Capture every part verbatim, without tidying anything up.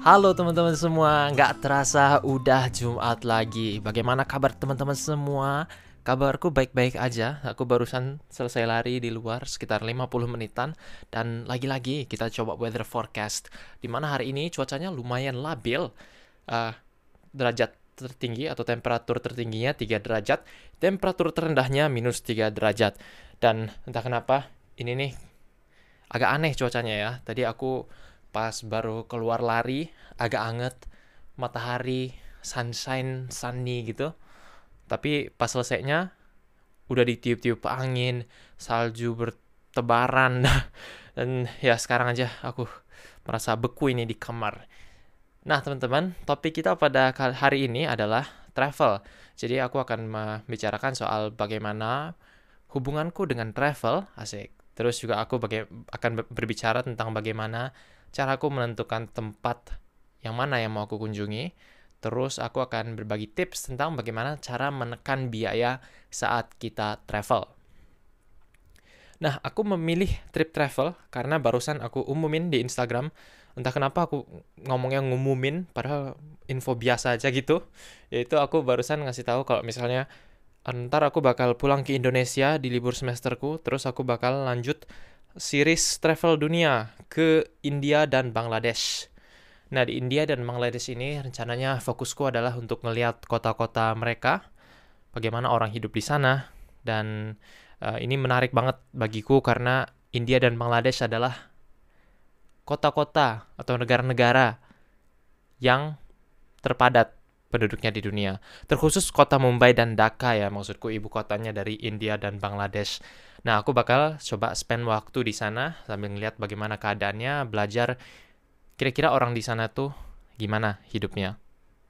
Halo teman-teman semua, nggak terasa udah Jumat lagi. Bagaimana kabar teman-teman semua? Kabarku baik-baik aja. Aku barusan selesai lari di luar sekitar lima puluh menitan. Dan lagi-lagi kita coba weather forecast, dimana hari ini cuacanya lumayan labil. uh, Derajat tertinggi atau temperatur tertingginya tiga derajat, temperatur terendahnya minus tiga derajat. Dan entah kenapa ini nih agak aneh cuacanya ya. Tadi aku pas baru keluar lari, agak anget, matahari, sunshine, sunny gitu. Tapi pas selesainya udah ditiup-tiup angin, salju bertebaran. Dan ya sekarang aja aku merasa beku ini di kamar. Nah teman-teman, topik kita pada hari ini adalah travel. Jadi aku akan membicarakan soal bagaimana hubunganku dengan travel, asik. Terus juga aku baga- akan berbicara tentang bagaimana caraku menentukan tempat yang mana yang mau aku kunjungi. Terus aku akan berbagi tips tentang bagaimana cara menekan biaya saat kita travel. Nah, aku memilih trip travel karena barusan aku umumin di Instagram. Entah kenapa aku ngomongnya ngumumin, padahal info biasa aja gitu. Yaitu aku barusan ngasih tahu kalau misalnya ntar aku bakal pulang ke Indonesia di libur semesterku, terus aku bakal lanjut series travel dunia ke India dan Bangladesh. Nah, di India dan Bangladesh ini rencananya fokusku adalah untuk ngelihat kota-kota mereka, bagaimana orang hidup di sana, dan uh, ini menarik banget bagiku karena India dan Bangladesh adalah kota-kota atau negara-negara yang terpadat penduduknya di dunia. Terkhusus kota Mumbai dan Dhaka ya, maksudku ibu kotanya dari India dan Bangladesh. Nah, aku bakal coba spend waktu di sana sambil ngeliat bagaimana keadaannya, belajar kira-kira orang di sana tuh gimana hidupnya.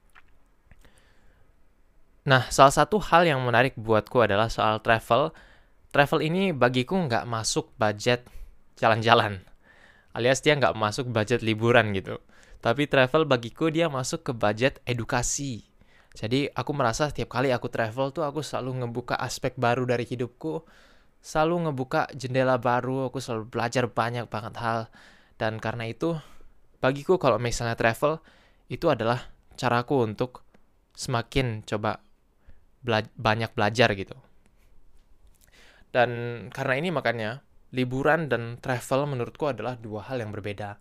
Nah, salah satu hal yang menarik buatku adalah soal travel. Travel ini bagiku nggak masuk budget jalan-jalan, alias dia nggak masuk budget liburan gitu. Tapi travel bagiku dia masuk ke budget edukasi. Jadi aku merasa setiap kali aku travel tuh aku selalu ngebuka aspek baru dari hidupku, selalu ngebuka jendela baru, aku selalu belajar banyak banget hal. Dan karena itu bagiku kalau misalnya travel itu adalah caraku untuk semakin coba bela- banyak belajar gitu. Dan karena ini makanya liburan dan travel menurutku adalah dua hal yang berbeda.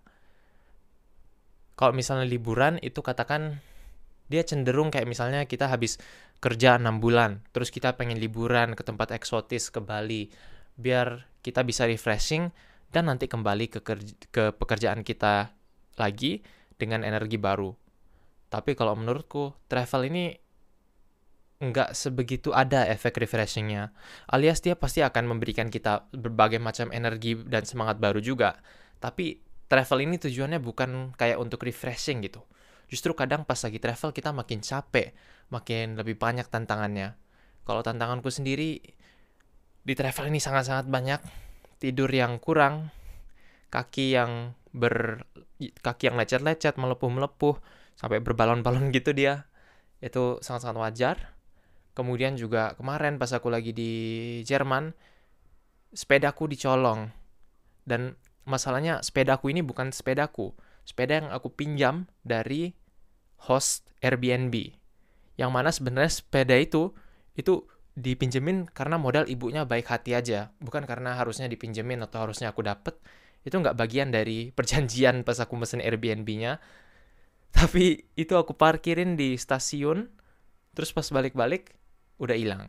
Kalau misalnya liburan itu katakan dia cenderung kayak misalnya kita habis kerja enam bulan, terus kita pengen liburan ke tempat eksotis, ke Bali, biar kita bisa refreshing dan nanti kembali ke, kerja, ke pekerjaan kita lagi dengan energi baru. Tapi kalau menurutku, travel ini nggak sebegitu ada efek refreshingnya. Alias dia pasti akan memberikan kita berbagai macam energi dan semangat baru juga. Tapi travel ini tujuannya bukan kayak untuk refreshing gitu. Justru kadang pas lagi travel kita makin capek, makin lebih banyak tantangannya. Kalau tantanganku sendiri, di travel ini sangat-sangat banyak. Tidur yang kurang, kaki yang ber kaki yang lecet-lecet, melepuh-melepuh, sampai berbalon-balon gitu dia. Itu sangat-sangat wajar. Kemudian juga kemarin pas aku lagi di Jerman, sepedaku dicolong. Dan masalahnya sepedaku ini bukan sepedaku. Sepeda yang aku pinjam dari host Airbnb. Yang mana sebenarnya sepeda itu itu dipinjemin karena modal ibunya baik hati aja, bukan karena harusnya dipinjemin atau harusnya aku dapet. Itu nggak bagian dari perjanjian pas aku mesen Airbnb-nya. Tapi itu aku parkirin di stasiun, terus pas balik-balik udah hilang.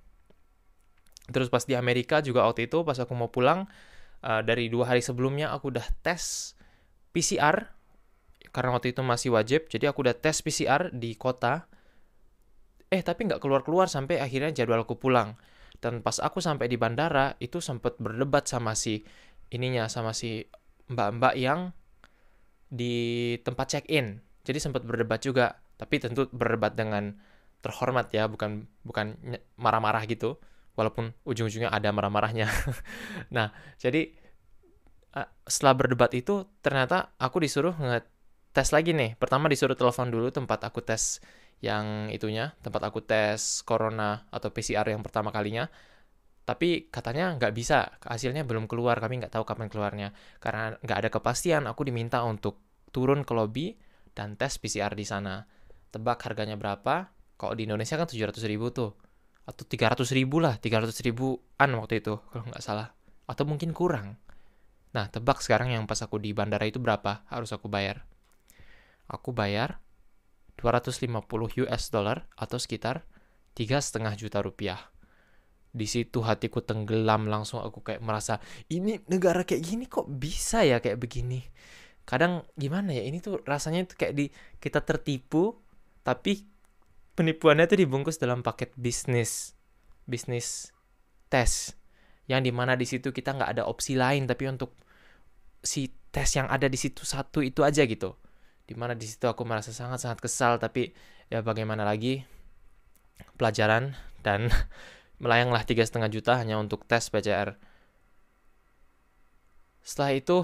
Terus pas di Amerika juga waktu itu pas aku mau pulang, uh, dari dua hari sebelumnya aku udah tes P C R karena waktu itu masih wajib, jadi aku udah tes P C R di kota. Eh tapi nggak keluar-keluar sampai akhirnya jadwalku pulang. Dan pas aku sampai di bandara itu sempat berdebat sama si ininya, sama si mbak-mbak yang di tempat check-in. Jadi sempat berdebat juga, tapi tentu berdebat dengan terhormat ya, bukan bukan marah-marah gitu. Walaupun ujung-ujungnya ada marah-marahnya. Nah, jadi setelah berdebat itu ternyata aku disuruh ngetes lagi nih. Pertama disuruh telepon dulu tempat aku tes yang itunya, tempat aku tes corona atau P C R yang pertama kalinya. Tapi katanya nggak bisa, hasilnya belum keluar, kami nggak tahu kapan keluarnya. Karena nggak ada kepastian, aku diminta untuk turun ke lobby dan tes P C R di sana. Tebak harganya berapa? Kalau di Indonesia kan tujuh ratus ribu tuh. Atau tiga ratus ribu lah, tiga ratus ribuan waktu itu kalau nggak salah. Atau mungkin kurang. Nah, tebak sekarang yang pas aku di bandara itu berapa harus aku bayar? Aku bayar dua ratus lima puluh U S dollar atau sekitar tiga setengah juta rupiah. Di situ hatiku tenggelam, langsung aku kayak merasa, ini negara kayak gini kok bisa ya kayak begini. Kadang gimana ya, ini tuh rasanya tuh kayak di kita tertipu, tapi penipuannya tuh dibungkus dalam paket bisnis, bisnis tes, yang dimana di situ kita nggak ada opsi lain, tapi untuk si tes yang ada di situ satu itu aja gitu. Dimana di situ aku merasa sangat-sangat kesal, tapi ya bagaimana lagi, pelajaran, dan melayanglah tiga setengah juta hanya untuk tes P C R. Setelah itu,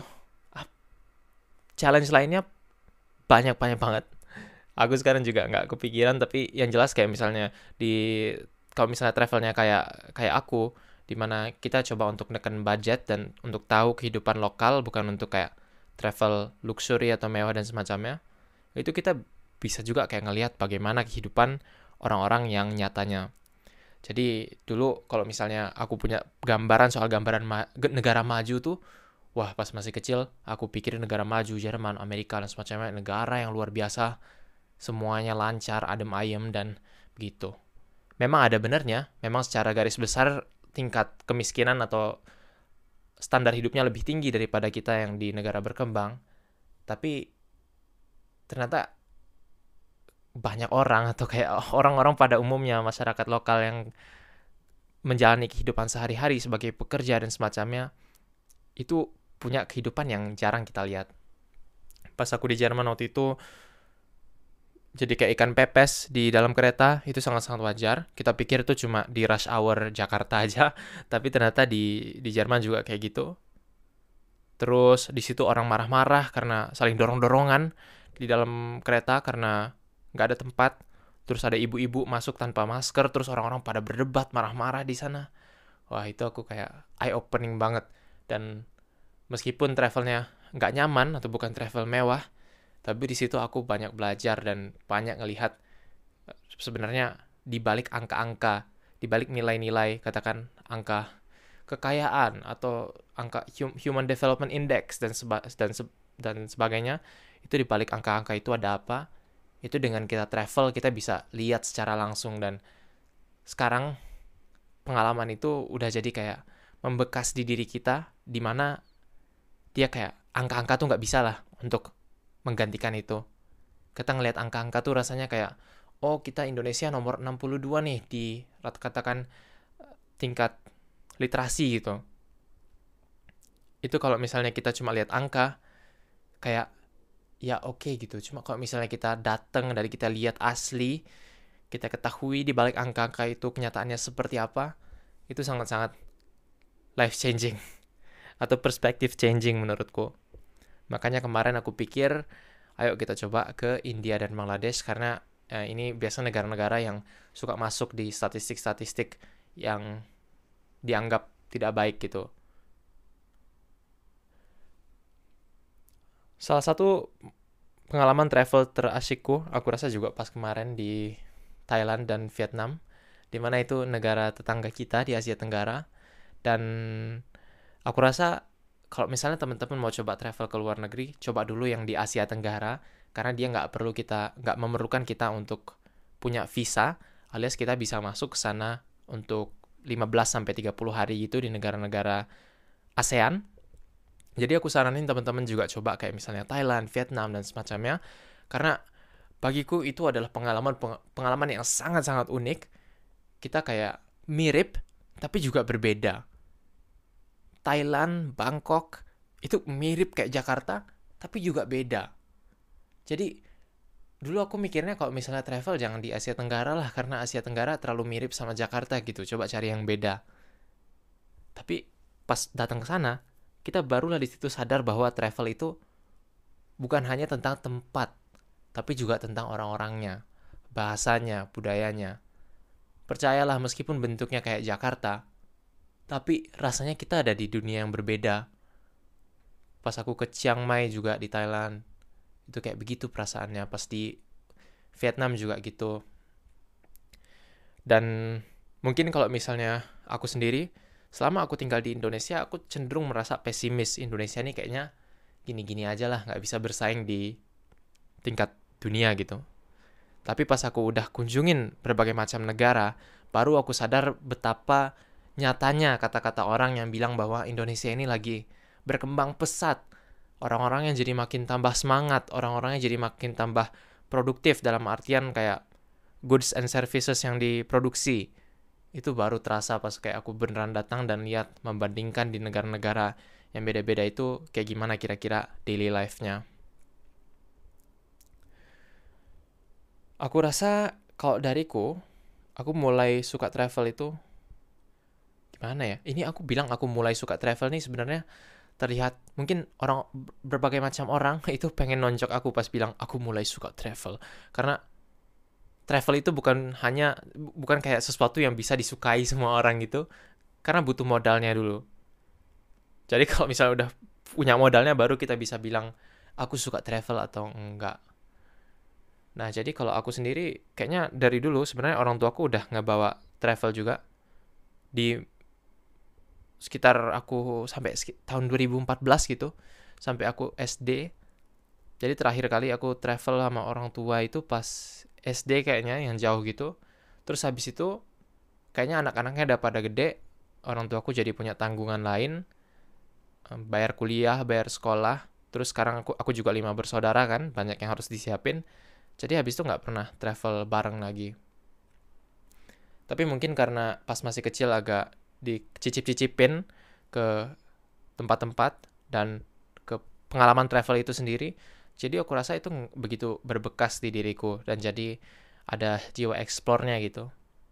challenge lainnya banyak-banyak banget. Aku sekarang juga nggak kepikiran, tapi yang jelas kayak misalnya di kalau misalnya travelnya kayak kayak aku, dimana kita coba untuk neken budget dan untuk tahu kehidupan lokal, bukan untuk kayak travel luxury atau mewah dan semacamnya, itu kita bisa juga kayak ngelihat bagaimana kehidupan orang-orang yang nyatanya. Jadi dulu kalau misalnya aku punya gambaran soal gambaran ma- negara maju tuh, wah pas masih kecil aku pikir negara maju, Jerman, Amerika dan semacamnya negara yang luar biasa, semuanya lancar, adem ayem dan begitu. Memang ada benernya, memang secara garis besar tingkat kemiskinan atau standar hidupnya lebih tinggi daripada kita yang di negara berkembang. Tapi ternyata banyak orang atau kayak orang-orang pada umumnya, masyarakat lokal yang menjalani kehidupan sehari-hari sebagai pekerja dan semacamnya, itu punya kehidupan yang jarang kita lihat. Pas aku di Jerman waktu itu, jadi kayak ikan pepes di dalam kereta, itu sangat-sangat wajar. Kita pikir itu cuma di rush hour Jakarta aja, tapi ternyata di di Jerman juga kayak gitu. Terus di situ orang marah-marah karena saling dorong-dorongan di dalam kereta karena nggak ada tempat. Terus ada ibu-ibu masuk tanpa masker, terus orang-orang pada berdebat marah-marah di sana. Wah, itu aku kayak eye-opening banget. Dan meskipun travelnya nggak nyaman atau bukan travel mewah, tapi di situ aku banyak belajar dan banyak ngelihat sebenarnya di balik angka-angka, di balik nilai-nilai, katakan angka kekayaan atau angka Human Development Index dan seba- dan se- dan sebagainya, itu di balik angka-angka itu ada apa? Itu dengan kita travel kita bisa lihat secara langsung, dan sekarang pengalaman itu udah jadi kayak membekas di diri kita, di mana dia kayak angka-angka tuh nggak bisa lah untuk menggantikan itu. Kita ngelihat angka-angka tuh rasanya kayak, oh kita Indonesia nomor enam puluh dua nih di katakan tingkat literasi gitu. Itu kalau misalnya kita cuma lihat angka, kayak ya oke okay gitu. Cuma kalau misalnya kita datang dari kita lihat asli, kita ketahui di balik angka-angka itu kenyataannya seperti apa, itu sangat-sangat life changing atau perspective changing menurutku. Makanya kemarin aku pikir, ayo kita coba ke India dan Bangladesh, karena eh, ini biasa negara-negara yang suka masuk di statistik-statistik yang dianggap tidak baik gitu. Salah satu pengalaman travel terasyikku, aku rasa juga pas kemarin di Thailand dan Vietnam, dimana itu negara tetangga kita di Asia Tenggara. Dan aku rasa kalau misalnya teman-teman mau coba travel ke luar negeri, coba dulu yang di Asia Tenggara, karena dia nggak perlu kita, nggak memerlukan kita untuk punya visa, alias kita bisa masuk ke sana untuk lima belas sampai tiga puluh hari gitu di negara-negara ASEAN. Jadi aku saranin teman-teman juga coba kayak misalnya Thailand, Vietnam dan semacamnya, karena bagiku itu adalah pengalaman pengalaman yang sangat-sangat unik. Kita kayak mirip tapi juga berbeda. Thailand, Bangkok itu mirip kayak Jakarta tapi juga beda. Jadi dulu aku mikirnya kalau misalnya travel jangan di Asia Tenggara lah, karena Asia Tenggara terlalu mirip sama Jakarta gitu. Coba cari yang beda. Tapi pas datang ke sana, kita barulah di situ sadar bahwa travel itu bukan hanya tentang tempat, tapi juga tentang orang-orangnya, bahasanya, budayanya. Percayalah, meskipun bentuknya kayak Jakarta, tapi rasanya kita ada di dunia yang berbeda. Pas aku ke Chiang Mai juga di Thailand, Itu kayak begitu perasaannya, pas di Vietnam juga gitu. Dan mungkin kalau misalnya aku sendiri, selama aku tinggal di Indonesia, aku cenderung merasa pesimis. Indonesia ini kayaknya gini-gini aja lah, nggak bisa bersaing di tingkat dunia gitu. Tapi pas aku udah kunjungin berbagai macam negara, baru aku sadar betapa nyatanya kata-kata orang yang bilang bahwa Indonesia ini lagi berkembang pesat. Orang-orang yang jadi makin tambah semangat, orang-orangnya jadi makin tambah produktif dalam artian kayak goods and services yang diproduksi. Itu baru terasa pas kayak aku beneran datang dan lihat membandingkan di negara-negara yang beda-beda itu kayak gimana kira-kira daily life-nya. Aku rasa kalau dariku, aku mulai suka travel itu gimana ya? Ini aku bilang aku mulai suka travel nih sebenarnya terlihat mungkin orang berbagai macam orang itu pengen nonjok aku pas bilang aku mulai suka travel. Karena travel itu bukan hanya bukan kayak sesuatu yang bisa disukai semua orang gitu, karena butuh modalnya dulu. Jadi kalau misalnya udah punya modalnya baru kita bisa bilang aku suka travel atau enggak. Nah, jadi kalau aku sendiri kayaknya dari dulu sebenarnya orang tuaku udah ngebawa travel juga di sekitar aku sampai tahun dua ribu empat belas gitu, sampai aku S D. Jadi terakhir kali aku travel sama orang tua itu pas S D kayaknya yang jauh gitu. Terus habis itu kayaknya anak-anaknya udah pada gede, orang tuaku jadi punya tanggungan lain, bayar kuliah, bayar sekolah. Terus sekarang aku aku juga lima bersaudara kan, banyak yang harus disiapin. Jadi habis itu nggak pernah travel bareng lagi. Tapi mungkin karena pas masih kecil agak dicicip-cicipin ke tempat-tempat dan ke pengalaman travel itu sendiri, jadi aku rasa itu begitu berbekas di diriku dan jadi ada jiwa eksplornya gitu.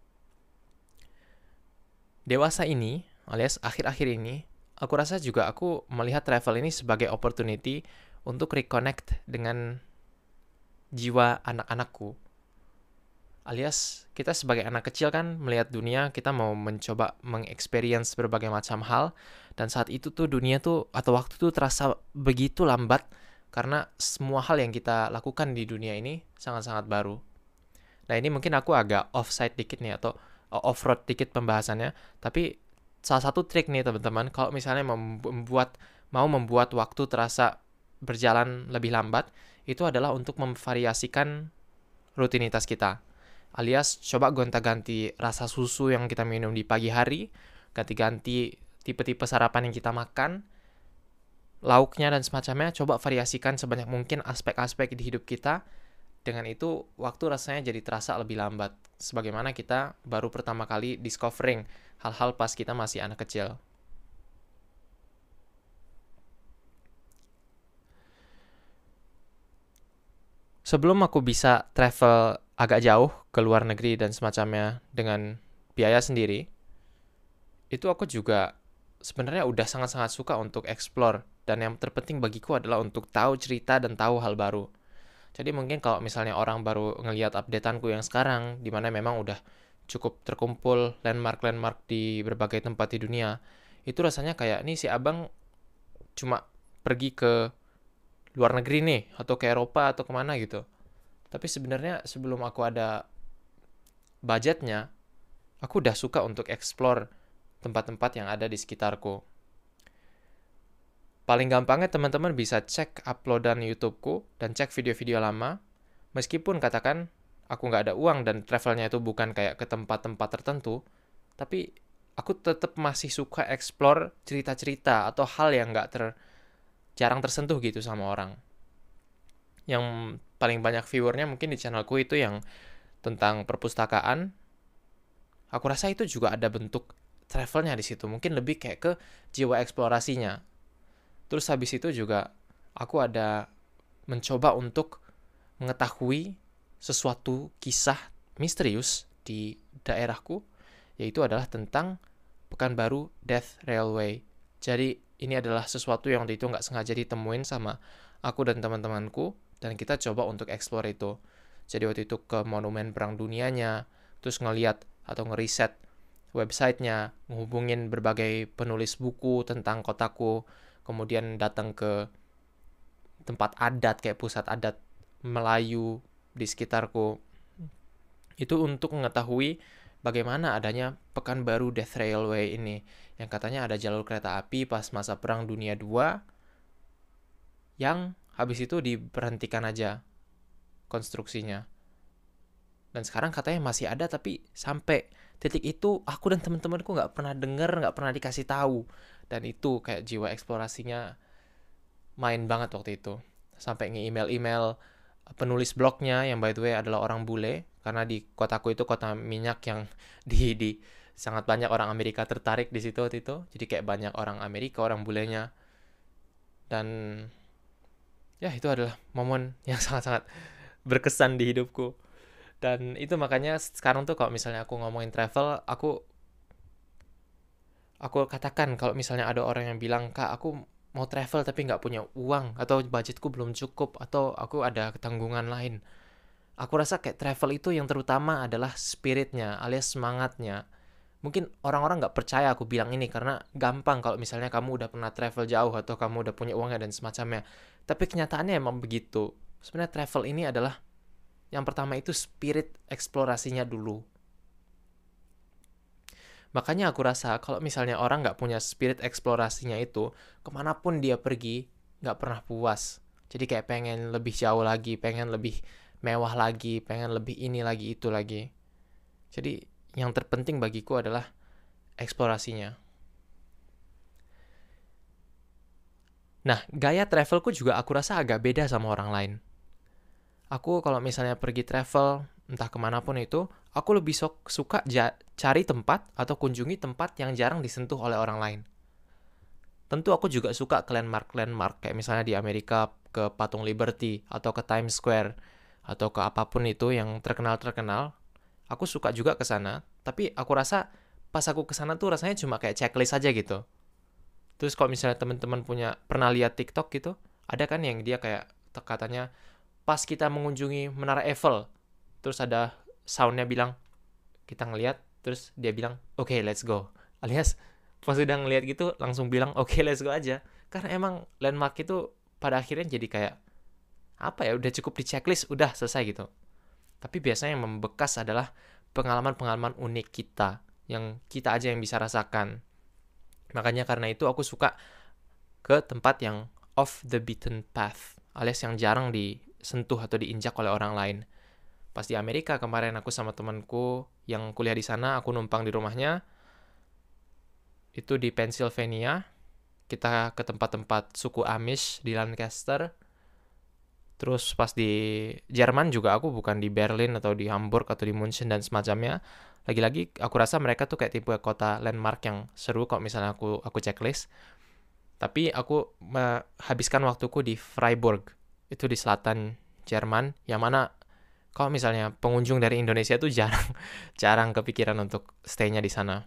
Dewasa ini, alias akhir-akhir ini, aku rasa juga aku melihat travel ini sebagai opportunity untuk reconnect dengan jiwa anak-anakku. Alias kita sebagai anak kecil kan melihat dunia, kita mau mencoba mengexperience berbagai macam hal, dan saat itu tuh dunia tuh atau waktu tuh terasa begitu lambat karena semua hal yang kita lakukan di dunia ini sangat-sangat baru. Nah, ini mungkin aku agak offside dikit nih atau off-road dikit pembahasannya, tapi salah satu trik nih teman-teman, kalau misalnya membuat mau membuat waktu terasa berjalan lebih lambat, itu adalah untuk memvariasikan rutinitas kita. Alias coba gonta-ganti rasa susu yang kita minum di pagi hari, ganti-ganti tipe-tipe sarapan yang kita makan, lauknya dan semacamnya, coba variasikan sebanyak mungkin aspek-aspek di hidup kita. Dengan itu, waktu rasanya jadi terasa lebih lambat. Sebagaimana kita baru pertama kali discovering hal-hal pas kita masih anak kecil. Sebelum aku bisa travel agak jauh ke luar negeri dan semacamnya dengan biaya sendiri, itu aku juga sebenarnya udah sangat-sangat suka untuk explore. Dan yang terpenting bagiku adalah untuk tahu cerita dan tahu hal baru. Jadi mungkin kalau misalnya orang baru ngelihat updateanku yang sekarang, di mana memang udah cukup terkumpul landmark-landmark di berbagai tempat di dunia, itu rasanya kayak, nih si abang cuma pergi ke luar negeri nih, atau ke Eropa, atau kemana gitu. Tapi sebenarnya sebelum aku ada budgetnya, aku udah suka untuk explore tempat-tempat yang ada di sekitarku. Paling gampangnya teman-teman bisa cek uploadan YouTubeku dan cek video-video lama. Meskipun katakan aku nggak ada uang dan travelnya itu bukan kayak ke tempat-tempat tertentu, tapi aku tetap masih suka explore cerita-cerita atau hal yang nggak ter jarang tersentuh gitu sama orang. Yang paling banyak viewernya mungkin di channelku itu yang tentang perpustakaan. Aku rasa itu juga ada bentuk travelnya di situ. Mungkin lebih kayak ke jiwa eksplorasinya. Terus habis itu juga aku ada mencoba untuk mengetahui sesuatu kisah misterius di daerahku, yaitu adalah tentang Pekanbaru Death Railway. Jadi ini adalah sesuatu yang waktu itu nggak sengaja ditemuin sama aku dan teman-temanku, dan kita coba untuk explore itu. Jadi waktu itu ke monumen perang dunianya, terus ngeliat atau ngeriset websitenya, menghubungin berbagai penulis buku tentang kotaku, kemudian datang ke tempat adat kayak pusat adat Melayu di sekitarku. Itu untuk mengetahui bagaimana adanya Pekanbaru Death Railway ini, yang katanya ada jalur kereta api pas masa Perang Dunia kedua, yang habis itu diberhentikan aja konstruksinya. Dan sekarang katanya masih ada, tapi sampai titik itu aku dan teman-temanku nggak pernah denger, nggak pernah dikasih tahu. Dan itu kayak jiwa eksplorasinya main banget waktu itu. Sampai nge-email-email penulis blognya yang by the way adalah orang bule, karena di kotaku itu kota minyak yang di di sangat banyak orang Amerika tertarik di situ waktu itu. Jadi kayak banyak orang Amerika, orang bulenya. Dan ya itu adalah momen yang sangat-sangat berkesan di hidupku. Dan itu makanya sekarang tuh kalau misalnya aku ngomongin travel, aku aku katakan kalau misalnya ada orang yang bilang, "Kak, aku mau travel tapi nggak punya uang, atau budgetku belum cukup, atau aku ada ketanggungan lain." Aku rasa kayak travel itu yang terutama adalah spiritnya alias semangatnya. Mungkin orang-orang nggak percaya aku bilang ini karena gampang kalau misalnya kamu udah pernah travel jauh atau kamu udah punya uangnya dan semacamnya. Tapi kenyataannya emang begitu. Sebenarnya travel ini adalah yang pertama itu spirit eksplorasinya dulu. Makanya aku rasa kalau misalnya orang nggak punya spirit eksplorasinya itu, kemanapun dia pergi nggak pernah puas. Jadi kayak pengen lebih jauh lagi, pengen lebih mewah lagi, pengen lebih ini lagi, itu lagi. Jadi yang terpenting bagiku adalah eksplorasinya. Nah, gaya travelku juga aku rasa agak beda sama orang lain. Aku kalau misalnya pergi travel, entah kemanapun itu, aku lebih sok, suka ja- cari tempat atau kunjungi tempat yang jarang disentuh oleh orang lain. Tentu aku juga suka ke landmark-landmark, kayak misalnya di Amerika ke Patung Liberty, atau ke Times Square, atau ke apapun itu yang terkenal-terkenal. Aku suka juga ke sana, tapi aku rasa pas aku ke sana tuh rasanya cuma kayak checklist aja gitu. Terus kalau misalnya teman-teman punya pernah lihat TikTok gitu, ada kan yang dia kayak katanya pas kita mengunjungi Menara Eiffel, terus ada soundnya bilang, kita ngeliat, terus dia bilang, oke, okay, let's go. Alias, pas udah ngeliat gitu, langsung bilang, oke, okay, let's go aja. Karena emang landmark itu pada akhirnya jadi kayak, apa ya, udah cukup di checklist, udah selesai gitu. Tapi biasanya yang membekas adalah pengalaman-pengalaman unik kita, yang kita aja yang bisa rasakan. Makanya karena itu aku suka ke tempat yang off the beaten path, alias yang jarang disentuh atau diinjak oleh orang lain. Pas di Amerika kemarin aku sama temanku yang kuliah di sana, aku numpang di rumahnya. Itu di Pennsylvania. Kita ke tempat-tempat suku Amish di Lancaster. Terus pas di Jerman juga aku bukan di Berlin atau di Hamburg atau di München dan semacamnya. Lagi-lagi aku rasa mereka tuh kayak tipe kota landmark yang seru kalau misalnya aku aku checklist. Tapi aku menghabiskan waktuku di Freiburg. Itu di selatan Jerman, yang mana kalau misalnya pengunjung dari Indonesia tuh jarang jarang kepikiran untuk stay-nya di sana.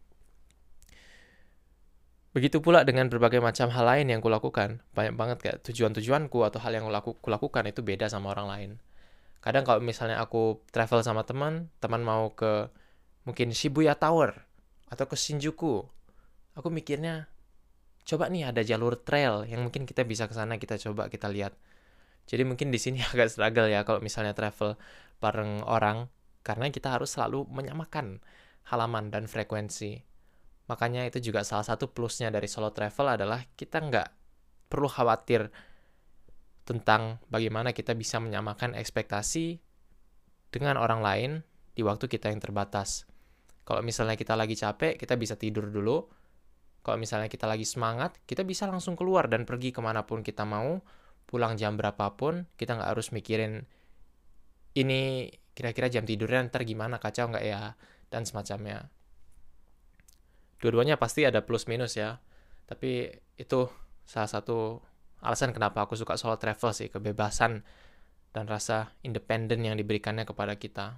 Begitu pula dengan berbagai macam hal lain yang kulakukan. Banyak banget kayak tujuan-tujuanku atau hal yang kulaku, kulakukan itu beda sama orang lain. Kadang kalau misalnya aku travel sama teman, teman mau ke mungkin Shibuya Tower atau ke Shinjuku, aku mikirnya, coba nih ada jalur trail yang mungkin kita bisa ke sana, kita coba, kita lihat. Jadi mungkin di sini agak struggle ya kalau misalnya travel bareng orang, karena kita harus selalu menyamakan halaman dan frekuensi. Makanya itu juga salah satu plusnya dari solo travel adalah kita nggak perlu khawatir tentang bagaimana kita bisa menyamakan ekspektasi dengan orang lain di waktu kita yang terbatas. Kalau misalnya kita lagi capek, kita bisa tidur dulu. Kalau misalnya kita lagi semangat, kita bisa langsung keluar dan pergi kemanapun kita mau, pulang jam berapapun, kita nggak harus mikirin ini kira-kira jam tidurnya ntar gimana, kacau nggak ya, dan semacamnya. Dua-duanya pasti ada plus minus ya, tapi itu salah satu alasan kenapa aku suka solo travel sih, kebebasan dan rasa independen yang diberikannya kepada kita.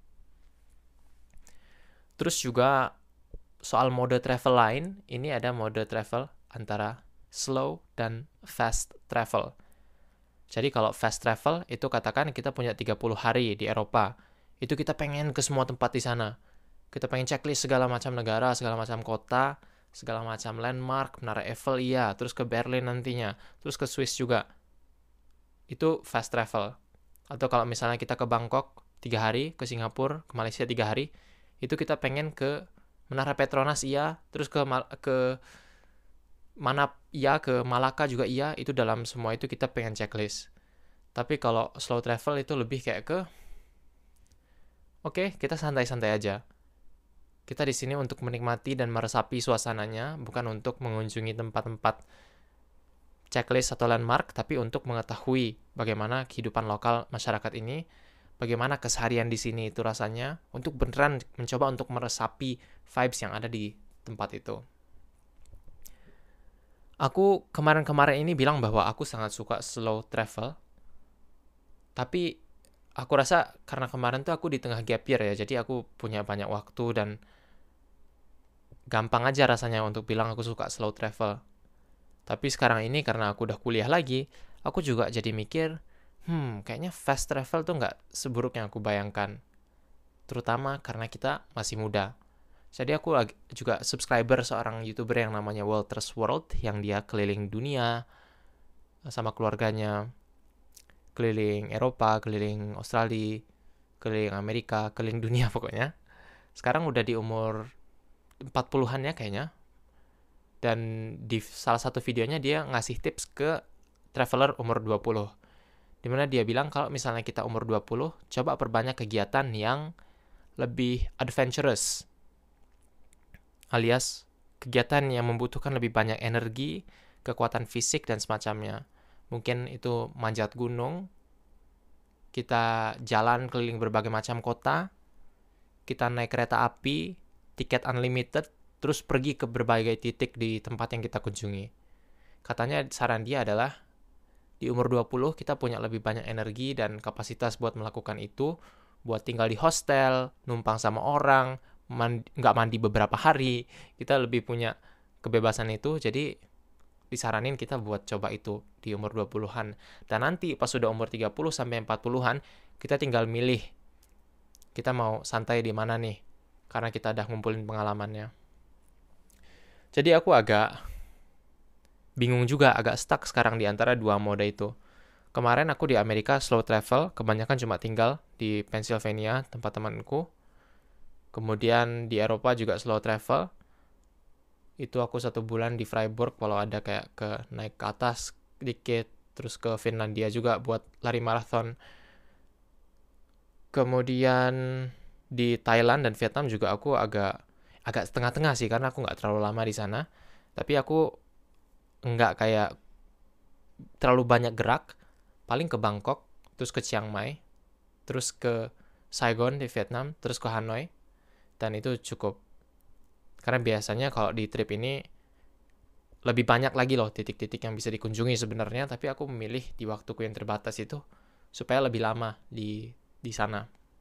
Terus juga soal mode travel lain, ini ada mode travel antara slow dan fast travel. Jadi kalau fast travel itu katakan kita punya tiga puluh hari di Eropa. Itu kita pengen ke semua tempat di sana. Kita pengen checklist segala macam negara, segala macam kota, segala macam landmark, Menara Eiffel iya, terus ke Berlin nantinya, terus ke Swiss juga. itu fast travel. Atau kalau misalnya kita ke Bangkok tiga hari, ke Singapura, ke Malaysia tiga hari, itu kita pengen ke Menara Petronas iya, terus ke ke mana iya, ke Malaka juga iya, itu dalam semua itu kita pengen checklist. Tapi kalau slow travel itu lebih kayak ke, oke, okay, kita santai-santai aja. Kita di sini untuk menikmati dan meresapi suasananya, bukan untuk mengunjungi tempat-tempat checklist atau landmark, tapi untuk mengetahui bagaimana kehidupan lokal masyarakat ini, bagaimana keseharian di sini itu rasanya, untuk beneran mencoba untuk meresapi vibes yang ada di tempat itu. Aku kemarin-kemarin ini bilang bahwa aku sangat suka slow travel, tapi aku rasa karena kemarin tuh aku di tengah gap year ya, jadi aku punya banyak waktu dan gampang aja rasanya untuk bilang aku suka slow travel. Tapi sekarang ini karena aku udah kuliah lagi, aku juga jadi mikir, hmm, kayaknya fast travel tuh nggak seburuk yang aku bayangkan. Terutama karena kita masih muda. Jadi aku juga subscriber seorang YouTuber yang namanya Walter's World, yang dia keliling dunia sama keluarganya, keliling Eropa, keliling Australia, keliling Amerika, keliling dunia pokoknya. Sekarang udah di umur empat puluhan-nya kayaknya. Dan di salah satu videonya dia ngasih tips ke traveler umur dua puluh. Dimana dia bilang kalau misalnya kita umur dua puluh, coba perbanyak kegiatan yang lebih adventurous. Alias kegiatan yang membutuhkan lebih banyak energi, kekuatan fisik, dan semacamnya. Mungkin itu manjat gunung, kita jalan keliling berbagai macam kota, kita naik kereta api, tiket unlimited, terus pergi ke berbagai titik di tempat yang kita kunjungi. Katanya saran dia adalah, di umur dua puluh kita punya lebih banyak energi dan kapasitas buat melakukan itu, buat tinggal di hostel, numpang sama orang, mandi, nggak mandi beberapa hari, kita lebih punya kebebasan itu, jadi disaranin kita buat coba itu di umur dua puluhan. Dan nanti pas sudah umur tiga puluh sampai empat puluhan, kita tinggal milih kita mau santai di mana nih, karena kita udah ngumpulin pengalamannya. Jadi aku agak bingung juga, agak stuck sekarang di antara dua mode itu. Kemarin aku di Amerika slow travel, kebanyakan cuma tinggal di Pennsylvania, tempat temanku. Kemudian di Eropa juga slow travel. Itu aku satu bulan di Freiburg, kalau ada kayak ke naik ke atas dikit, terus ke Finlandia juga buat lari marathon. Kemudian di Thailand dan Vietnam juga aku agak agak setengah-tengah sih, karena aku nggak terlalu lama di sana. Tapi aku nggak kayak terlalu banyak gerak, paling ke Bangkok, terus ke Chiang Mai, terus ke Saigon di Vietnam, terus ke Hanoi, dan itu cukup. Karena biasanya kalau di trip ini lebih banyak lagi loh titik-titik yang bisa dikunjungi sebenarnya, tapi aku memilih di waktuku yang terbatas itu supaya lebih lama di di sana.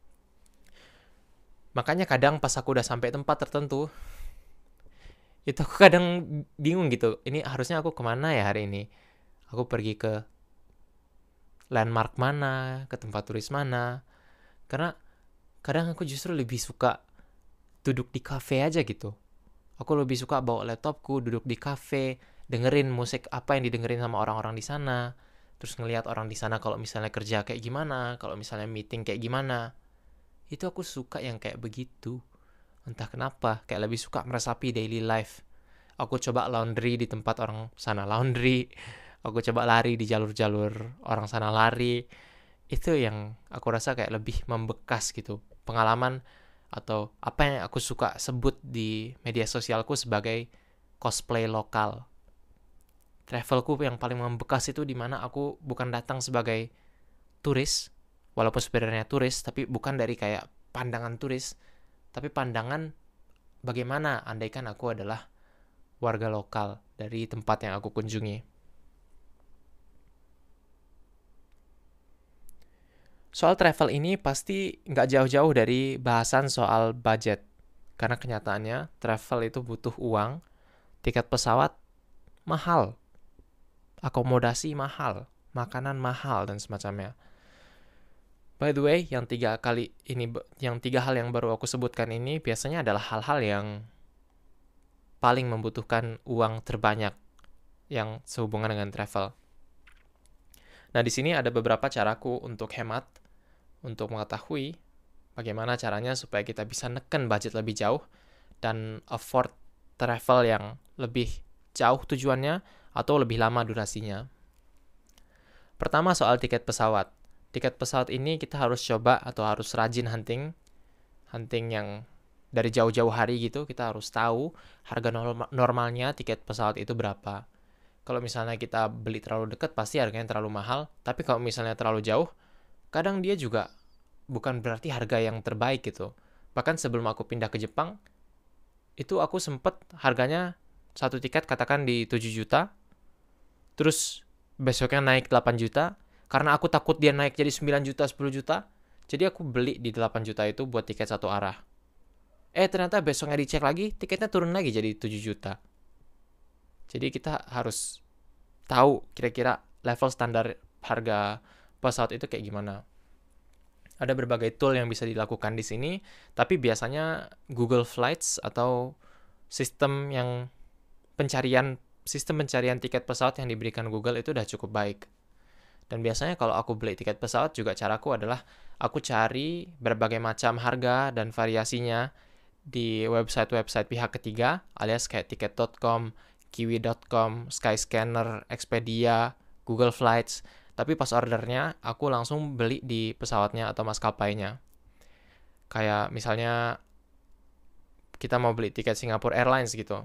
Makanya kadang pas aku udah sampai tempat tertentu, itu aku kadang bingung gitu, ini harusnya aku kemana ya hari ini? Aku pergi ke landmark mana, ke tempat turis mana. Karena kadang aku justru lebih suka duduk di kafe aja gitu. Aku lebih suka bawa laptopku, duduk di kafe, dengerin musik apa yang didengerin sama orang-orang di sana. Terus ngelihat orang di sana kalau misalnya kerja kayak gimana, kalau misalnya meeting kayak gimana. Itu aku suka yang kayak begitu. Entah kenapa, kayak lebih suka meresapi daily life. Aku coba laundry di tempat orang sana laundry. Aku coba lari di jalur-jalur orang sana lari. Itu yang aku rasa kayak lebih membekas gitu. Pengalaman atau apa yang aku suka sebut di media sosialku sebagai cosplay lokal. Travelku yang paling membekas itu dimana aku bukan datang sebagai turis, walaupun sebenarnya turis, tapi bukan dari kayak pandangan turis, tapi pandangan bagaimana andaikan aku adalah warga lokal dari tempat yang aku kunjungi. Soal travel ini pasti nggak jauh-jauh dari bahasan soal budget. Karena kenyataannya travel itu butuh uang, tiket pesawat mahal, akomodasi mahal, makanan mahal, dan semacamnya. By the way, yang tiga kali ini, yang tiga hal yang baru aku sebutkan ini biasanya adalah hal-hal yang paling membutuhkan uang terbanyak yang sehubungan dengan travel. Nah, di sini ada beberapa caraku untuk hemat, untuk mengetahui bagaimana caranya supaya kita bisa neken budget lebih jauh dan afford travel yang lebih jauh tujuannya atau lebih lama durasinya. Pertama, soal tiket pesawat. Tiket pesawat ini kita harus coba atau harus rajin hunting. Hunting yang dari jauh-jauh hari gitu, kita harus tahu harga norma- normalnya tiket pesawat itu berapa. Kalau misalnya kita beli terlalu dekat, pasti harganya terlalu mahal. Tapi kalau misalnya terlalu jauh, kadang dia juga bukan berarti harga yang terbaik gitu. Bahkan sebelum aku pindah ke Jepang, itu aku sempet harganya satu tiket katakan di tujuh juta, terus besoknya naik delapan juta, karena aku takut dia naik jadi sembilan juta, sepuluh juta, jadi aku beli di delapan juta itu buat tiket satu arah. Eh ternyata besoknya dicek lagi, tiketnya turun lagi jadi tujuh juta. Jadi kita harus tahu kira-kira level standar harga pesawat itu kayak gimana. Ada berbagai tool yang bisa dilakukan di sini, tapi biasanya Google Flights atau sistem yang pencarian sistem pencarian tiket pesawat yang diberikan Google itu udah cukup baik. Dan biasanya kalau aku beli tiket pesawat juga caraku adalah aku cari berbagai macam harga dan variasinya di website-website pihak ketiga alias kayak tiket dot com, kiwi dot com, Skyscanner, Expedia, Google Flights. Tapi pas ordernya aku langsung beli di pesawatnya atau maskapainya. Kayak misalnya kita mau beli tiket Singapore Airlines gitu.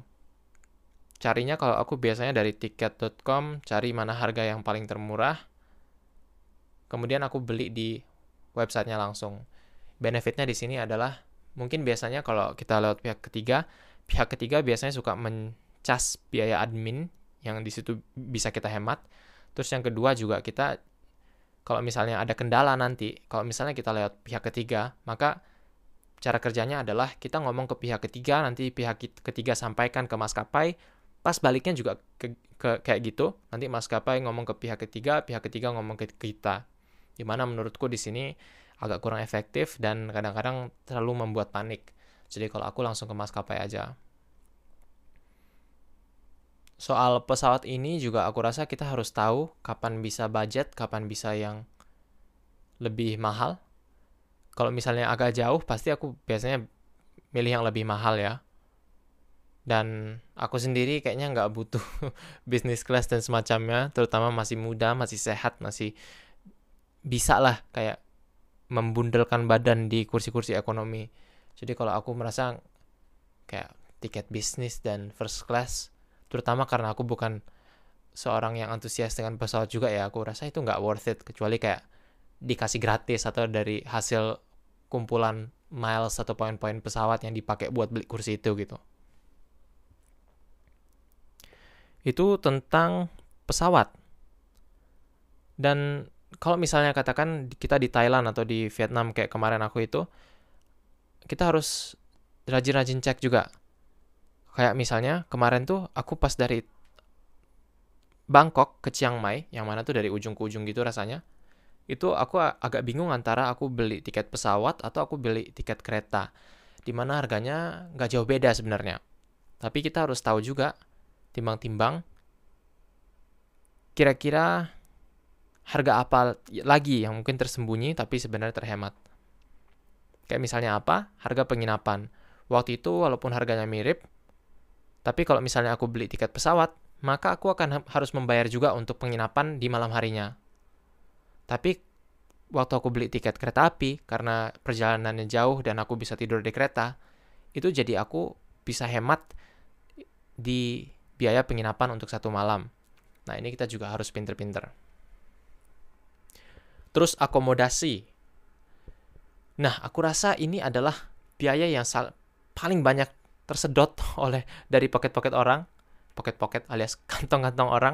Carinya kalau aku biasanya dari tiket dot com, cari mana harga yang paling termurah. Kemudian aku beli di websitenya langsung. Benefitnya di sini adalah mungkin biasanya kalau kita lewat pihak ketiga, pihak ketiga biasanya suka mencas biaya admin yang di situ bisa kita hemat. Terus yang kedua juga kita kalau misalnya ada kendala nanti, kalau misalnya kita lewat pihak ketiga, maka cara kerjanya adalah kita ngomong ke pihak ketiga, nanti pihak ketiga sampaikan ke maskapai, pas baliknya juga ke, ke kayak gitu, nanti maskapai ngomong ke pihak ketiga, pihak ketiga ngomong ke kita. Dimana menurutku di sini agak kurang efektif dan kadang-kadang terlalu membuat panik. Jadi kalau aku langsung ke maskapai aja. Soal pesawat ini juga aku rasa kita harus tahu kapan bisa budget, kapan bisa yang lebih mahal. Kalau misalnya agak jauh, pasti aku biasanya milih yang lebih mahal ya. Dan aku sendiri kayaknya nggak butuh business class dan semacamnya, terutama masih muda, masih sehat, masih bisa lah kayak membundelkan badan di kursi-kursi ekonomi. Jadi kalau aku merasa kayak tiket bisnis dan first class, terutama karena aku bukan seorang yang antusias dengan pesawat juga ya, aku rasa itu nggak worth it, kecuali kayak dikasih gratis atau dari hasil kumpulan miles atau poin-poin pesawat yang dipakai buat beli kursi itu gitu. Itu tentang pesawat. Dan kalau misalnya katakan kita di Thailand atau di Vietnam kayak kemarin aku itu, kita harus rajin-rajin cek juga. Kayak misalnya kemarin tuh aku pas dari Bangkok ke Chiang Mai, yang mana tuh dari ujung ke ujung gitu rasanya, itu aku agak bingung antara aku beli tiket pesawat atau aku beli tiket kereta, dimana harganya nggak jauh beda sebenarnya. Tapi kita harus tahu juga, timbang-timbang, kira-kira harga apa lagi yang mungkin tersembunyi tapi sebenarnya terhemat. Kayak misalnya apa? Harga penginapan. Waktu itu walaupun harganya mirip, tapi kalau misalnya aku beli tiket pesawat, maka aku akan harus membayar juga untuk penginapan di malam harinya. Tapi waktu aku beli tiket kereta api, karena perjalanannya jauh dan aku bisa tidur di kereta, itu jadi aku bisa hemat di biaya penginapan untuk satu malam. Nah ini kita juga harus pinter-pinter. Terus akomodasi. Nah aku rasa ini adalah biaya yang sal- paling banyak tersedot oleh dari poket-poket orang, poket-poket alias kantong-kantong orang.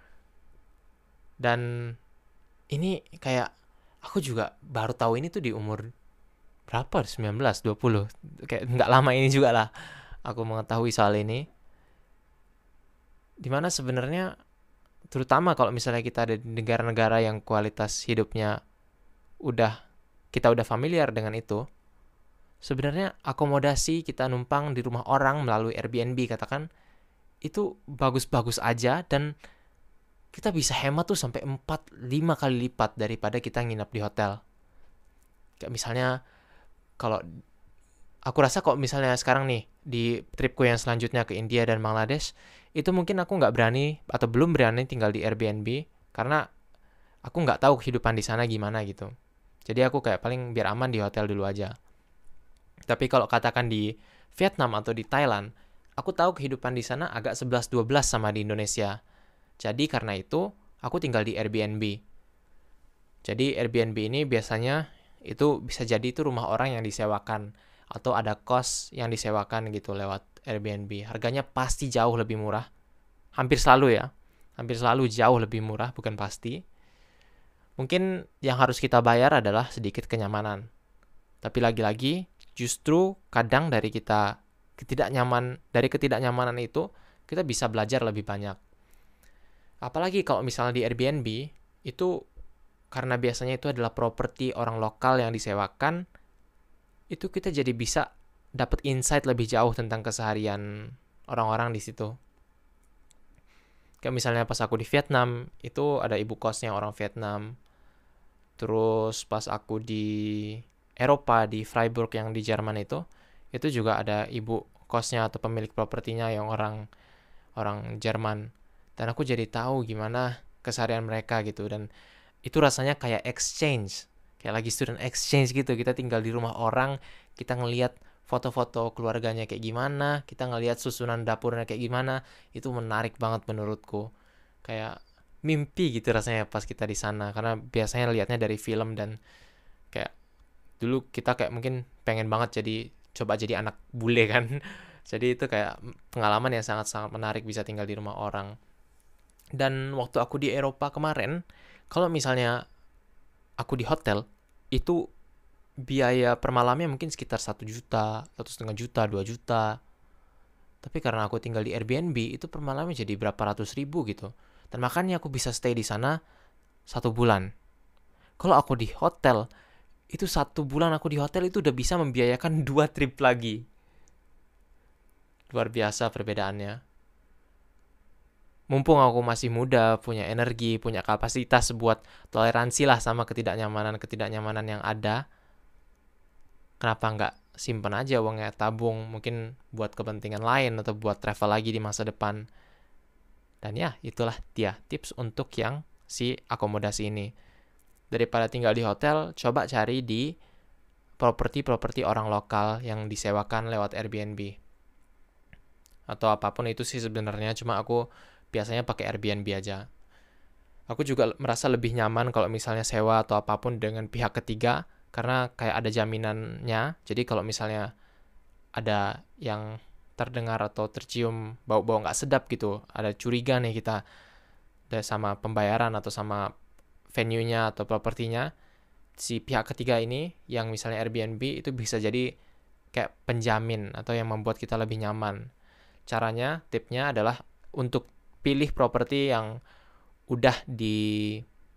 Dan ini kayak aku juga baru tahu ini tuh di umur berapa? sembilan belas, dua puluh. Kayak nggak lama ini juga lah aku mengetahui soal ini. Dimana sebenarnya terutama kalau misalnya kita ada di negara-negara yang kualitas hidupnya udah kita udah familiar dengan itu, sebenarnya akomodasi kita numpang di rumah orang melalui Airbnb katakan, itu bagus-bagus aja dan kita bisa hemat tuh sampai empat lima kali lipat daripada kita nginap di hotel. Kayak misalnya, kalau aku rasa kok misalnya sekarang nih, di tripku yang selanjutnya ke India dan Bangladesh, itu mungkin aku nggak berani, atau belum berani tinggal di Airbnb, karena aku nggak tahu kehidupan di sana gimana gitu. Jadi aku kayak paling biar aman di hotel dulu aja. Tapi kalau katakan di Vietnam atau di Thailand, aku tahu kehidupan di sana agak sebelas dua belas sama di Indonesia. Jadi karena itu, aku tinggal di Airbnb. Jadi Airbnb ini biasanya itu bisa jadi itu rumah orang yang disewakan, atau ada kos yang disewakan gitu lewat Airbnb. Harganya pasti jauh lebih murah. Hampir selalu ya. Hampir selalu jauh lebih murah, bukan pasti. Mungkin yang harus kita bayar adalah sedikit kenyamanan. Tapi lagi-lagi, justru kadang dari kita ketidaknyaman dari ketidaknyamanan itu, kita bisa belajar lebih banyak. Apalagi kalau misalnya di Airbnb, itu karena biasanya itu adalah properti orang lokal yang disewakan, itu kita jadi bisa dapat insight lebih jauh tentang keseharian orang-orang di situ. Kayak misalnya pas aku di Vietnam, itu ada ibu kosnya orang Vietnam. Terus pas aku di Eropa, di Freiburg yang di Jerman itu, itu juga ada ibu kosnya atau pemilik propertinya yang orang orang Jerman. Dan aku jadi tahu gimana keseharian mereka gitu. Dan itu rasanya kayak exchange, kayak lagi student exchange gitu. Kita tinggal di rumah orang, kita ngelihat foto-foto keluarganya kayak gimana, kita ngelihat susunan dapurnya kayak gimana. Itu menarik banget menurutku. Kayak mimpi gitu rasanya pas kita di sana, karena biasanya lihatnya dari film. Dan kayak dulu kita kayak mungkin pengen banget jadi coba jadi anak bule kan. Jadi itu kayak pengalaman yang sangat-sangat menarik bisa tinggal di rumah orang. Dan waktu aku di Eropa kemarin, kalau misalnya aku di hotel, itu biaya per malamnya mungkin sekitar satu juta, satu setengah juta, dua juta. Tapi karena aku tinggal di Airbnb, itu per malamnya jadi berapa ratus ribu gitu. Dan makanya aku bisa stay di sana satu bulan. Kalau aku di hotel, itu satu bulan aku di hotel itu udah bisa membiayakan dua trip lagi. Luar biasa perbedaannya. Mumpung aku masih muda, punya energi, punya kapasitas buat toleransi lah sama ketidaknyamanan-ketidaknyamanan yang ada, kenapa nggak simpen aja uangnya, tabung, mungkin buat kepentingan lain atau buat travel lagi di masa depan. Dan ya, itulah dia tips untuk yang si akomodasi ini. Daripada tinggal di hotel, coba cari di properti-properti orang lokal yang disewakan lewat Airbnb. Atau apapun itu sih sebenarnya, cuma aku biasanya pakai Airbnb aja. Aku juga merasa lebih nyaman kalau misalnya sewa atau apapun dengan pihak ketiga, karena kayak ada jaminannya. Jadi kalau misalnya ada yang terdengar atau tercium bau-bau nggak sedap gitu, ada curiga nih kita sama pembayaran atau sama venue-nya atau propertinya, si pihak ketiga ini yang misalnya Airbnb itu bisa jadi kayak penjamin atau yang membuat kita lebih nyaman. Caranya, tipnya adalah untuk pilih properti yang udah di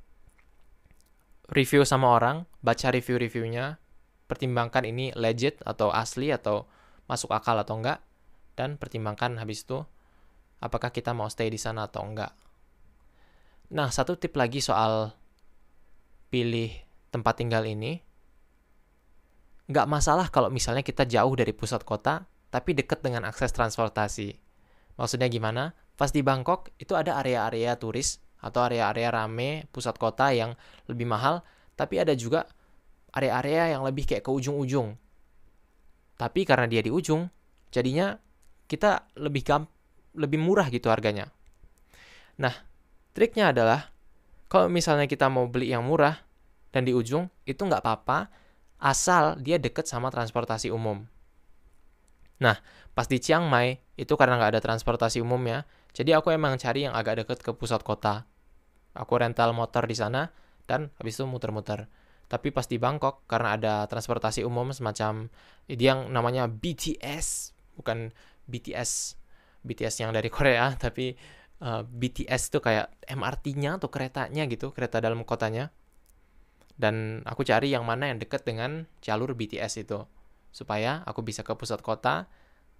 review sama orang, baca review-reviewnya, pertimbangkan ini legit atau asli atau masuk akal atau enggak, dan pertimbangkan habis itu apakah kita mau stay di sana atau enggak. Nah, satu tip lagi soal pilih tempat tinggal ini, nggak masalah kalau misalnya kita jauh dari pusat kota, tapi dekat dengan akses transportasi. Maksudnya gimana? Pas di Bangkok, itu ada area-area turis atau area-area rame pusat kota yang lebih mahal, tapi ada juga area-area yang lebih kayak ke ujung-ujung. Tapi karena dia di ujung, jadinya kita lebih gamp- lebih murah gitu harganya. Nah, triknya adalah kalau misalnya kita mau beli yang murah dan di ujung, itu nggak apa-apa, asal dia deket sama transportasi umum. Nah, pas di Chiang Mai, itu karena nggak ada transportasi umumnya, jadi aku emang cari yang agak deket ke pusat kota. Aku rental motor di sana, dan habis itu muter-muter. Tapi pas di Bangkok, karena ada transportasi umum semacam, dia yang namanya B T S, bukan B T S, B T S yang dari Korea, tapi uh, B T S itu kayak M R T-nya atau keretanya gitu, kereta dalam kotanya. Dan aku cari yang mana yang dekat dengan jalur B T S itu, supaya aku bisa ke pusat kota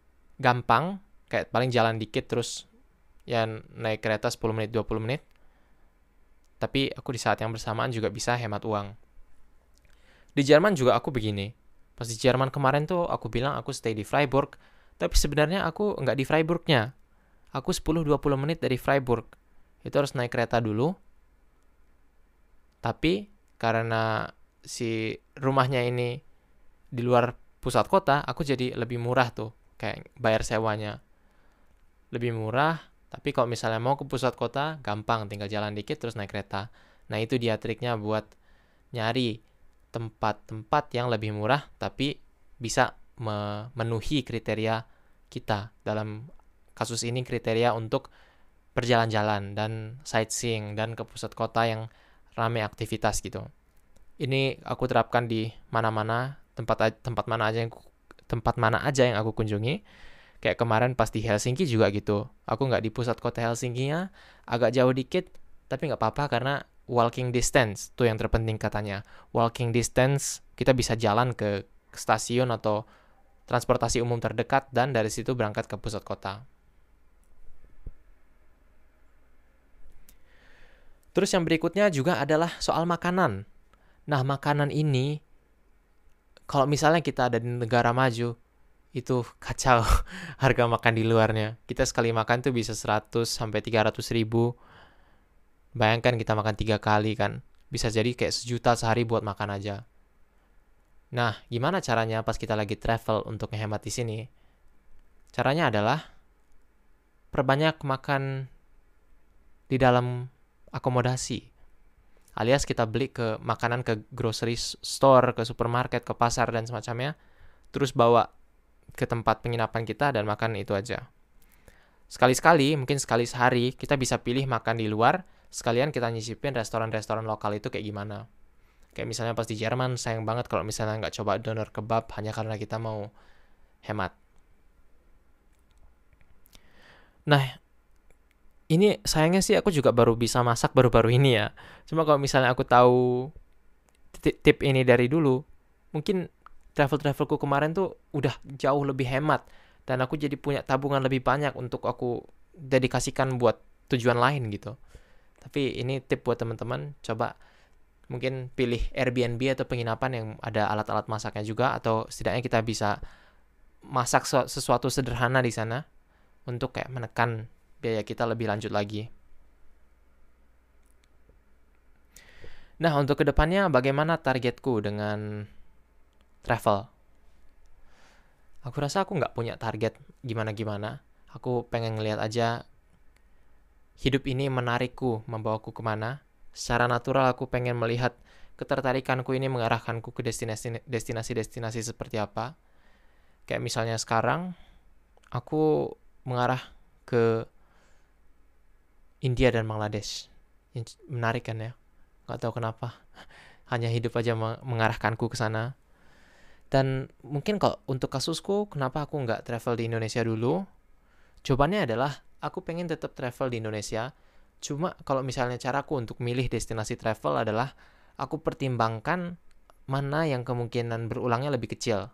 gampang, kayak paling jalan dikit terus ya naik kereta sepuluh menit dua puluh menit, tapi aku di saat yang bersamaan juga bisa hemat uang. Di Jerman juga aku begini. Pas di Jerman kemarin tuh aku bilang aku stay di Freiburg, tapi sebenarnya aku nggak di Freiburgnya. Aku sepuluh sampai dua puluh menit dari Freiburg. Itu harus naik kereta dulu. Tapi karena si rumahnya ini di luar pusat kota, aku jadi lebih murah tuh. Kayak bayar sewanya. Lebih murah, tapi kalau misalnya mau ke pusat kota, gampang. Tinggal jalan dikit terus naik kereta. Nah itu dia triknya buat nyari tempat-tempat yang lebih murah, tapi bisa memenuhi kriteria kita. Dalam kasus ini kriteria untuk berjalan-jalan dan sightseeing dan ke pusat kota yang ramai aktivitas gitu. Ini aku terapkan di mana-mana, tempat tempat mana aja yang tempat mana aja yang aku kunjungi. Kayak kemarin pas di Helsinki juga gitu. Aku nggak di pusat kota Helsinki-nya, agak jauh dikit, tapi nggak apa-apa karena walking distance tuh yang terpenting katanya. Walking distance, kita bisa jalan ke stasiun atau transportasi umum terdekat dan dari situ berangkat ke pusat kota. Terus yang berikutnya juga adalah soal makanan. Nah, makanan ini kalau misalnya kita ada di negara maju, itu kacau harga makan di luarnya. Kita sekali makan tuh bisa seratus sampai tiga ratus ribu. Bayangkan kita makan tiga kali kan. Bisa jadi kayak sejuta sehari buat makan aja. Nah, gimana caranya pas kita lagi travel untuk ngehemat di sini? Caranya adalah perbanyak makan di dalam akomodasi. Alias kita beli ke makanan ke grocery store, ke supermarket, ke pasar dan semacamnya. Terus bawa ke tempat penginapan kita dan makan itu aja. Sekali-sekali, mungkin sekali sehari, kita bisa pilih makan di luar, sekalian kita nyicipin restoran-restoran lokal itu kayak gimana. Kayak misalnya pas di Jerman, sayang banget kalau misalnya nggak coba doner kebab hanya karena kita mau hemat. Nah, ini sayangnya sih aku juga baru bisa masak baru-baru ini ya. Cuma kalau misalnya aku tahu tip ini dari dulu, mungkin travel-travelku kemarin tuh udah jauh lebih hemat. Dan aku jadi punya tabungan lebih banyak untuk aku dedikasikan buat tujuan lain gitu. Tapi ini tip buat teman-teman, coba mungkin pilih Airbnb atau penginapan yang ada alat-alat masaknya juga, atau setidaknya kita bisa masak sesuatu sederhana di sana untuk kayak menekan biaya kita lebih lanjut lagi. Nah, untuk kedepannya bagaimana targetku dengan travel? Aku rasa aku nggak punya target gimana-gimana. Aku pengen ngeliat aja hidup ini menarikku, membawaku kemana. Secara natural aku pengen melihat ketertarikanku ini mengarahkanku ke destinasi-destinasi seperti apa. Kayak misalnya sekarang, aku mengarah ke India dan Bangladesh. Menarik kan ya? Gak tahu kenapa. Hanya hidup aja mengarahkanku ke sana. Dan mungkin kalau untuk kasusku, kenapa aku nggak travel di Indonesia dulu? Jawabannya adalah, aku pengen tetap travel di Indonesia. Cuma kalau misalnya caraku untuk milih destinasi travel adalah, aku pertimbangkan mana yang kemungkinan berulangnya lebih kecil.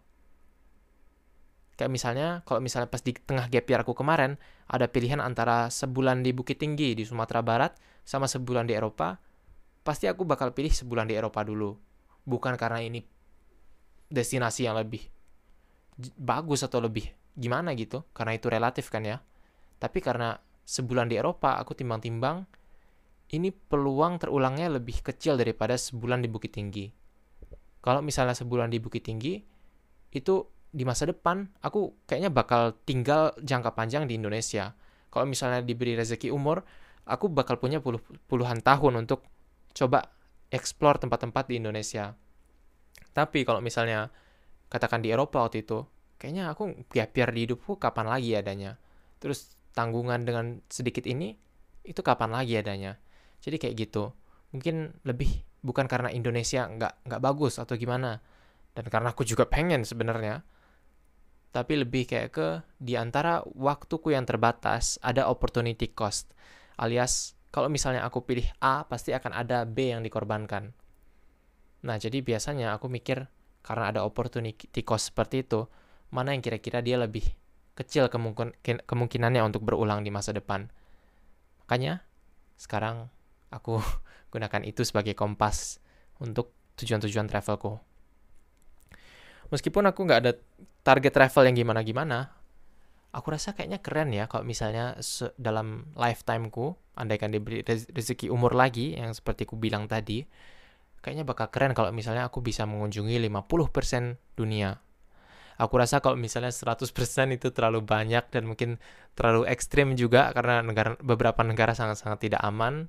Kayak misalnya, kalau misalnya pas di tengah gap year aku kemarin, ada pilihan antara sebulan di Bukit Tinggi di Sumatera Barat, sama sebulan di Eropa, pasti aku bakal pilih sebulan di Eropa dulu. Bukan karena ini destinasi yang lebih bagus atau lebih gimana gitu, karena itu relatif kan ya. Tapi karena sebulan di Eropa, aku timbang-timbang, ini peluang terulangnya lebih kecil daripada sebulan di Bukit Tinggi. Kalau misalnya sebulan di Bukit Tinggi, itu di masa depan, aku kayaknya bakal tinggal jangka panjang di Indonesia. Kalau misalnya diberi rezeki umur, aku bakal punya puluh, puluhan tahun untuk coba explore tempat-tempat di Indonesia. Tapi kalau misalnya katakan di Eropa waktu itu, kayaknya aku gap year di hidupku kapan lagi adanya. Terus tanggungan dengan sedikit ini, itu kapan lagi adanya. Jadi kayak gitu. Mungkin lebih bukan karena Indonesia nggak nggak bagus atau gimana. Dan karena aku juga pengen sebenarnya. Tapi lebih kayak ke di antara waktuku yang terbatas, ada opportunity cost. Alias, kalau misalnya aku pilih A, pasti akan ada B yang dikorbankan. Nah, jadi biasanya aku mikir, karena ada opportunity cost seperti itu, mana yang kira-kira dia lebih kecil kemungkin- kemungkinannya untuk berulang di masa depan. Makanya, sekarang aku gunakan itu sebagai kompas untuk tujuan-tujuan travelku. Meskipun aku nggak ada target travel yang gimana-gimana, aku rasa kayaknya keren ya kalau misalnya dalam lifetime-ku, andaikan diberi rezeki umur lagi, yang seperti ku bilang tadi, kayaknya bakal keren kalau misalnya aku bisa mengunjungi lima puluh persen dunia. Aku rasa kalau misalnya seratus persen itu terlalu banyak dan mungkin terlalu ekstrim juga karena negara, beberapa negara sangat-sangat tidak aman.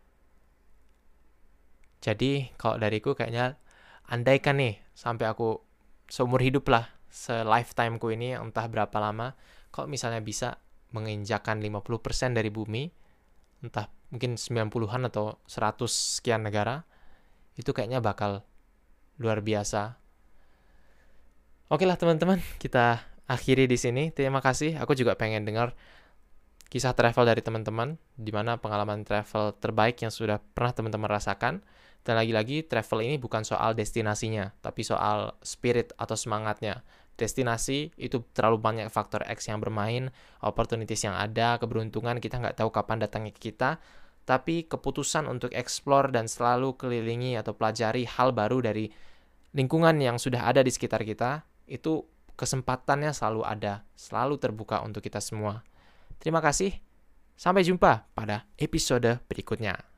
Jadi kalau dariku kayaknya andaikan nih sampai aku seumur hidup lah, se-lifetime-ku ini entah berapa lama, kalau misalnya bisa menginjakan lima puluh persen dari bumi, entah mungkin sembilan puluhan atau seratus sekian negara, itu kayaknya bakal luar biasa. Oke lah teman-teman, kita akhiri di sini. Terima kasih. Aku juga pengen dengar kisah travel dari teman-teman, di mana pengalaman travel terbaik yang sudah pernah teman-teman rasakan. Dan lagi-lagi, travel ini bukan soal destinasinya, tapi soal spirit atau semangatnya. Destinasi itu terlalu banyak faktor X yang bermain, opportunities yang ada, keberuntungan, kita nggak tahu kapan datangnya ke kita. Tapi keputusan untuk explore dan selalu kelilingi atau pelajari hal baru dari lingkungan yang sudah ada di sekitar kita, itu kesempatannya selalu ada, selalu terbuka untuk kita semua. Terima kasih, sampai jumpa pada episode berikutnya.